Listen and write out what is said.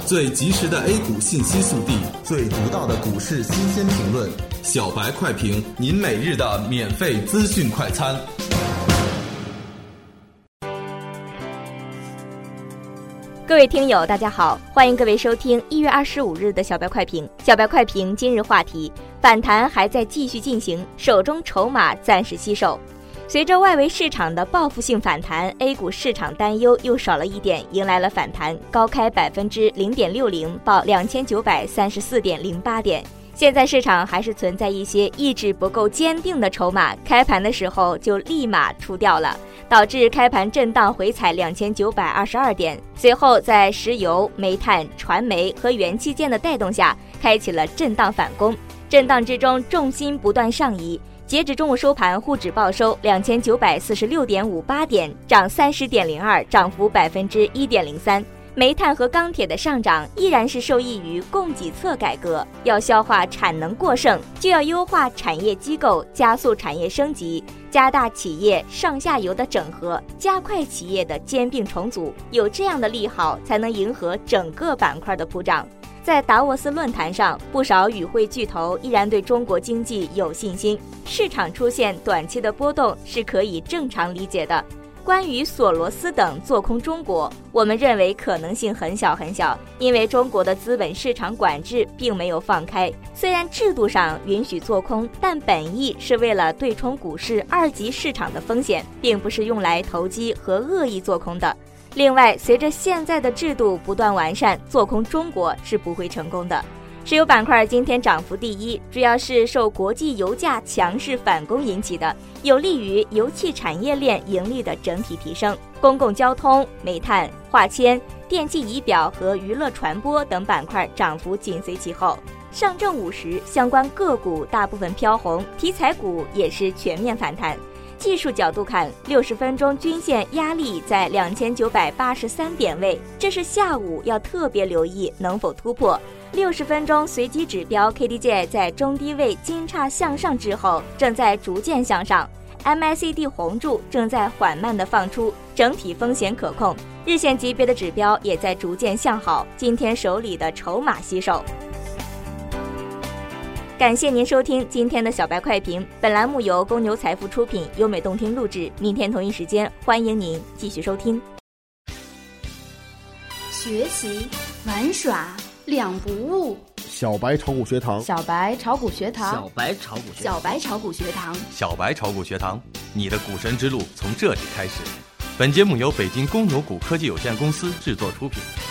最及时的 A 股信息速递， 最独到的股市新鲜评论， 小白快评，您每日的免费资讯快餐。 各位听友大家好，欢迎各位收听1月25日的小白快评。小白快评今日话题：反弹还在继续进行，手中筹码暂时惜售。随着外围市场的报复性反弹， A 股市场担忧又少了一点，迎来了反弹，高开0.60%，报2934.08点。现在市场还是存在一些意志不够坚定的筹码，开盘的时候就立马出掉了，导致开盘震荡回踩2922点，随后在石油、煤炭、传媒和元器件的带动下，开启了震荡反攻。震荡之中，重心不断上移。截止中午收盘，沪指报收2946.58点，涨30.02%，涨幅1.03%。煤炭和钢铁的上涨依然是受益于供给侧改革，要消化产能过剩，就要优化产业机构，加速产业升级，加大企业上下游的整合，加快企业的兼并重组，有这样的利好，才能迎合整个板块的普涨。在达沃斯论坛上，不少与会巨头依然对中国经济有信心，市场出现短期的波动是可以正常理解的。关于索罗斯等做空中国，我们认为可能性很小很小，因为中国的资本市场管制并没有放开。虽然制度上允许做空，但本意是为了对冲股市二级市场的风险，并不是用来投机和恶意做空的。另外，随着现在的制度不断完善，做空中国是不会成功的。石油板块今天涨幅第一，主要是受国际油价强势反攻引起的，有利于油气产业链盈利的整体提升。公共交通、煤炭、化纤、电气仪表和娱乐传播等板块涨幅紧随其后。上证50相关个股大部分飘红，题材股也是全面反弹。技术角度看，60分钟均线压力在2983点位，这是下午要特别留意能否突破。60分钟随机指标 KDJ 在中低位金叉向上之后，正在逐渐向上， MACD 红柱正在缓慢的放出，整体风险可控。日线级别的指标也在逐渐向好，今天手里的筹码惜售。感谢您收听今天的小白快评，本栏目由公牛财富出品，优美动听录制。明天同一时间，欢迎您继续收听。 学习玩耍两不误， 小白炒股学堂， 小白炒股学堂， 小白炒股学堂， 小白炒股学堂， 小白炒股学堂，你的股神之路从这里开始。本节目由北京公牛股科技有限公司制作出品。